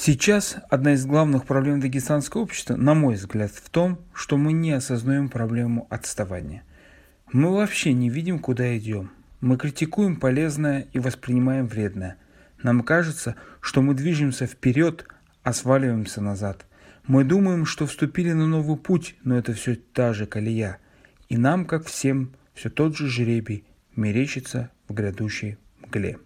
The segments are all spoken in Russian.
Сейчас одна из главных проблем дагестанского общества, на мой взгляд, в том, что мы не осознаем проблему отставания. Мы вообще не видим, куда идем. Мы критикуем полезное и воспринимаем вредное. Нам кажется, что мы движемся вперед, а сваливаемся назад. Мы думаем, что вступили на новый путь, но это все та же колея. И нам, как всем, все тот же жребий мерещится в грядущей мгле.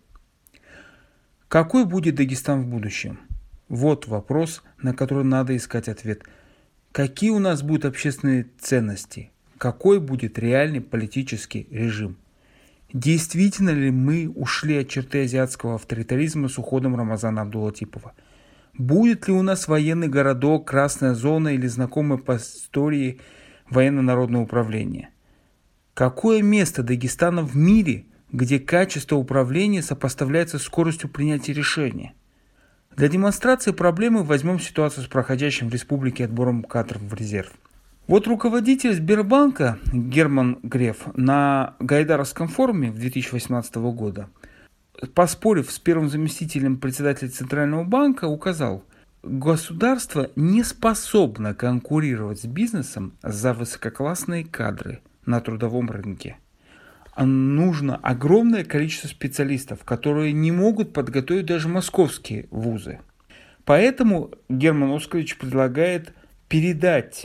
Какой будет Дагестан в будущем? Вот вопрос, на который надо искать ответ. Какие у нас будут общественные ценности? Какой будет реальный политический режим? Действительно ли мы ушли от черты азиатского авторитаризма с уходом Рамазана Абдулатипова? Будет ли у нас военный городок, красная зона или знакомое по истории военно-народное управление? Какое место Дагестана в мире, где качество управления сопоставляется с скоростью принятия решения? Для демонстрации проблемы возьмем ситуацию с проходящим в республике отбором кадров в резерв. Вот руководитель Сбербанка Герман Греф на Гайдаровском форуме 2018 года, поспорив с первым заместителем председателя Центрального банка, указал: государство не способно конкурировать с бизнесом за высококлассные кадры на трудовом рынке. Нужно огромное количество специалистов, которые не могут подготовить даже московские вузы. Поэтому Герман Оскарович предлагает передать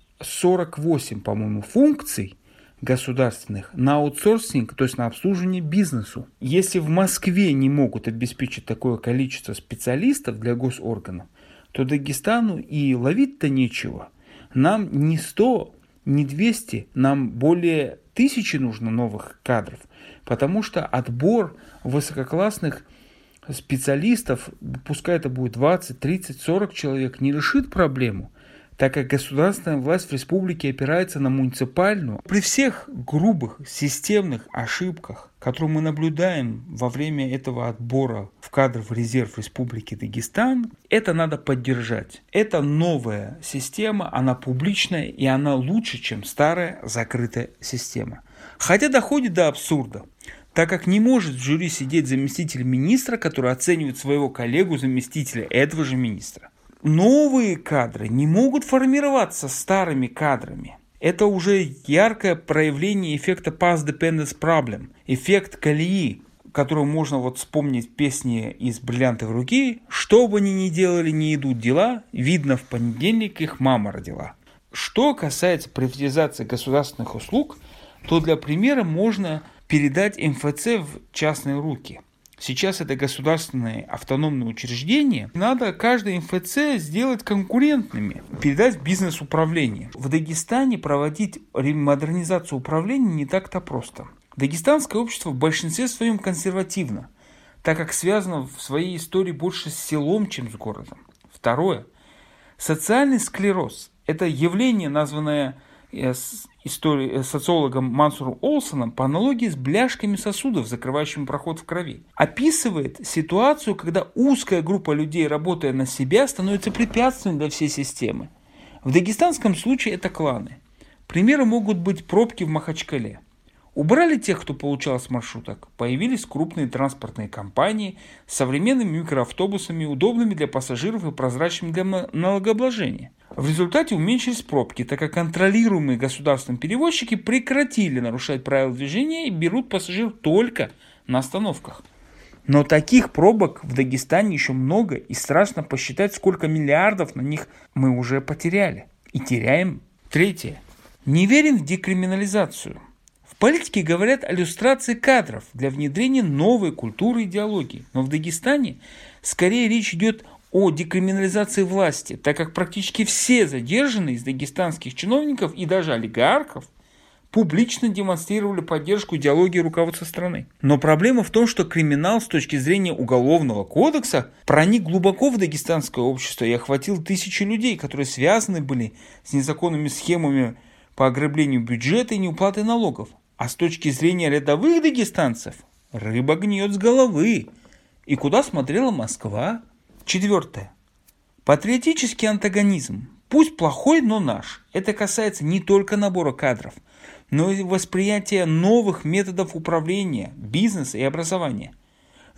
48, по-моему, функций государственных на аутсорсинг, то есть на обслуживание бизнесу. Если в Москве не могут обеспечить такое количество специалистов для госорганов, то Дагестану и ловить-то нечего. Нам не 100, не 200, нам более 1000 нужно новых кадров, потому что отбор высококлассных специалистов, пускай это будет 20, 30, 40 человек, не решит проблему, так как государственная власть в республике опирается на муниципальную. При всех грубых системных ошибках, которые мы наблюдаем во время этого отбора в кадры в резерв Республики Дагестан, это надо поддержать. Это новая система, она публичная и она лучше, чем старая закрытая система. Хотя доходит до абсурда, так как не может в жюри сидеть заместитель министра, который оценивает своего коллегу-заместителя этого же министра. Новые кадры не могут формироваться старыми кадрами. Это уже яркое проявление эффекта Path Dependence Problem, эффект колеи, который можно вспомнить в песне из «Бриллиантовой руки». Что бы они ни делали, не идут дела, видно, в понедельник их мама родила. Что касается приватизации государственных услуг, то для примера можно передать МФЦ в частные руки. Сейчас это государственные автономные учреждения. Надо каждый МФЦ сделать конкурентными, передать в бизнес-управление. В Дагестане проводить модернизацию управления не так-то просто. Дагестанское общество в большинстве своем консервативно, так как связано в своей истории больше с селом, чем с городом. Второе. Социальный склероз – это явление, названное социологом Мансуром Олсоном по аналогии с бляшками сосудов, закрывающими проход в крови. Описывает ситуацию, когда узкая группа людей, работая на себя, становится препятствием для всей системы. В дагестанском случае это кланы. Примеры могут быть пробки в Махачкале. Убрали тех, кто получал с маршруток. Появились крупные транспортные компании с современными микроавтобусами, удобными для пассажиров и прозрачными для налогообложения. В результате уменьшились пробки, так как контролируемые государством перевозчики прекратили нарушать правила движения и берут пассажиров только на остановках. Но таких пробок в Дагестане еще много, и страшно посчитать, сколько миллиардов на них мы уже потеряли. И теряем. Третье. Не верим в декриминализацию. В политике говорят о люстрации кадров для внедрения новой культуры и идеологии. Но в Дагестане скорее речь идет о декриминализации власти, так как практически все задержанные из дагестанских чиновников и даже олигархов публично демонстрировали поддержку идеологии руководства страны. Но проблема в том, что криминал с точки зрения уголовного кодекса проник глубоко в дагестанское общество и охватил тысячи людей, которые связаны были с незаконными схемами по ограблению бюджета и неуплатой налогов. А с точки зрения рядовых дагестанцев рыба гниет с головы. И куда смотрела Москва? Четвертое. Патриотический антагонизм. Пусть плохой, но наш. Это касается не только набора кадров, но и восприятия новых методов управления, бизнеса и образования.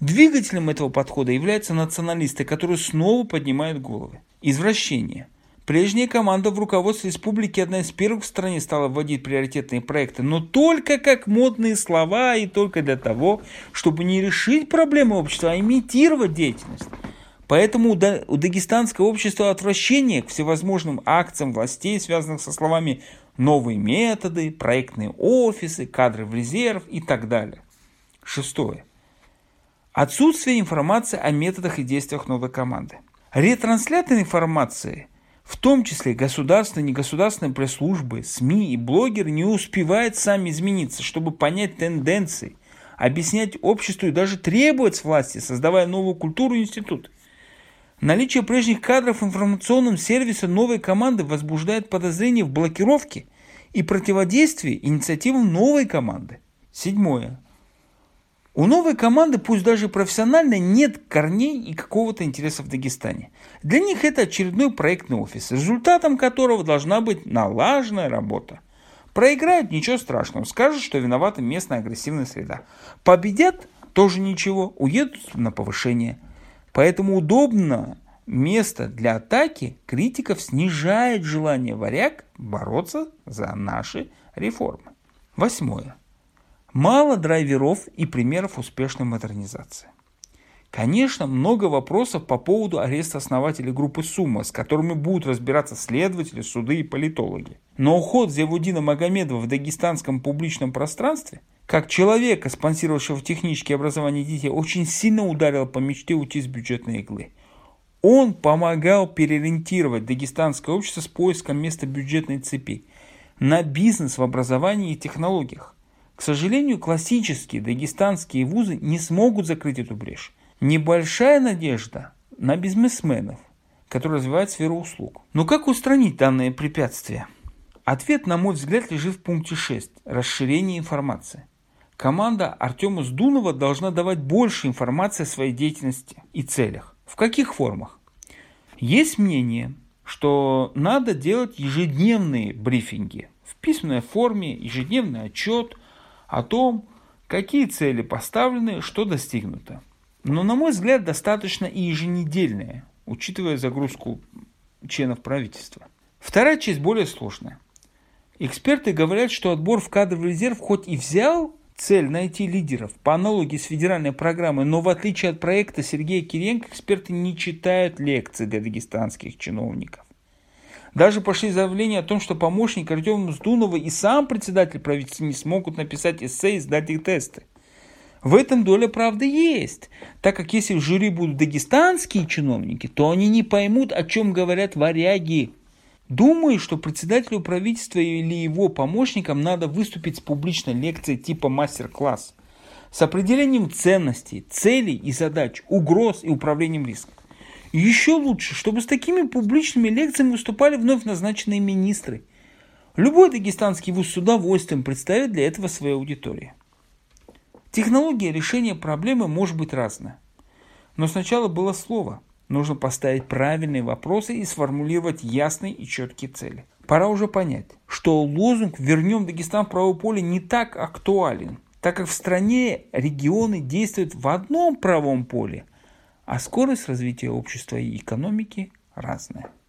Двигателем этого подхода являются националисты, которые снова поднимают головы. Извращение. Прежняя команда в руководстве республики одна из первых в стране стала вводить приоритетные проекты, но только как модные слова и только для того, чтобы не решить проблемы общества, а имитировать деятельность. Поэтому у дагестанского общества отвращение к всевозможным акциям властей, связанных со словами «новые методы», «проектные офисы», «кадры в резерв» и так далее. 6. Отсутствие информации о методах и действиях новой команды. Ретранслятор информации, в том числе государственные и негосударственные пресс-службы, СМИ и блогеры, не успевают сами измениться, чтобы понять тенденции, объяснять обществу и даже требовать с власти, создавая новую культуру и институт. Наличие прежних кадров в информационном сервисе новой команды возбуждает подозрения в блокировке и противодействии инициативам новой команды. 7. У новой команды, пусть даже профессиональной, нет корней и какого-то интереса в Дагестане. Для них это очередной проектный офис, результатом которого должна быть налаженная работа. Проиграют — ничего страшного, скажут, что виновата местная агрессивная среда. Победят — тоже ничего, уедут на повышение. Поэтому удобно место для атаки критиков снижает желание варяг бороться за наши реформы. 8. Мало драйверов и примеров успешной модернизации. Конечно, много вопросов по поводу ареста основателей группы «Сумма», с которыми будут разбираться следователи, суды и политологи. Но уход Зиауддина Магомедова в дагестанском публичном пространстве, как человека, спонсировавшего техническое образование детей, очень сильно ударил по мечте уйти с бюджетной иглы. Он помогал переориентировать дагестанское общество с поиском места бюджетной цепи на бизнес в образовании и технологиях. К сожалению, классические дагестанские вузы не смогут закрыть эту брешь. Небольшая надежда на бизнесменов, которые развивают сферу услуг. Но как устранить данные препятствия? Ответ, на мой взгляд, лежит в пункте 6. Расширение информации. Команда Артема Сдунова должна давать больше информации о своей деятельности и целях. В каких формах? Есть мнение, что надо делать ежедневные брифинги. В письменной форме ежедневный отчет о том, какие цели поставлены, что достигнуто. Но, на мой взгляд, достаточно и еженедельное, учитывая загрузку членов правительства. Вторая часть более сложная. Эксперты говорят, что отбор в кадровый резерв хоть и взял цель найти лидеров по аналогии с федеральной программой, но в отличие от проекта Сергея Кириенко, эксперты не читают лекции для дагестанских чиновников. Даже пошли заявления о том, что помощник Артема Сдунова и сам председатель правительства не смогут написать эссе и сдать их тесты. В этом доля правды есть, так как если в жюри будут дагестанские чиновники, то они не поймут, о чем говорят варяги. Думаю, что председателю правительства или его помощникам надо выступить с публичной лекцией типа мастер-класс с определением ценностей, целей и задач, угроз и управлением риском. И еще лучше, чтобы с такими публичными лекциями выступали вновь назначенные министры. Любой дагестанский вуз с удовольствием представит для этого своей аудитории. Технология решения проблемы может быть разная. Но сначала было слово. Нужно поставить правильные вопросы и сформулировать ясные и четкие цели. Пора уже понять, что лозунг «Вернем Дагестан в правое поле» не так актуален, так как в стране регионы действуют в одном правом поле, а скорость развития общества и экономики разная.